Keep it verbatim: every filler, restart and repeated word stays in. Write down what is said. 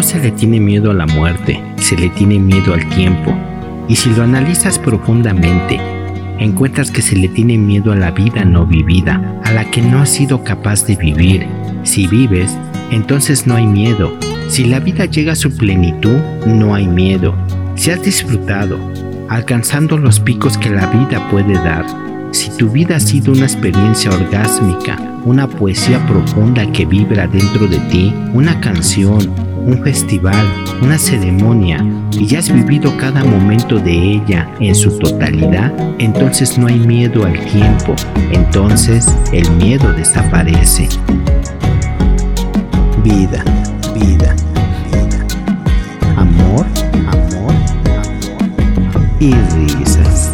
se le tiene miedo a la muerte, se le tiene miedo al tiempo. Y si lo analizas profundamente, encuentras que se le tiene miedo a la vida no vivida, a la que no has sido capaz de vivir. Si vives, entonces no hay miedo. Si la vida llega a su plenitud, no hay miedo. Si has disfrutado, alcanzando los picos que la vida puede dar, si tu vida ha sido una experiencia orgásmica, una poesía profunda que vibra dentro de ti, una canción, un festival, una ceremonia, y ya has vivido cada momento de ella en su totalidad, entonces no hay miedo al tiempo, entonces el miedo desaparece. Vida, vida, vida. Amor, amor, amor y risas.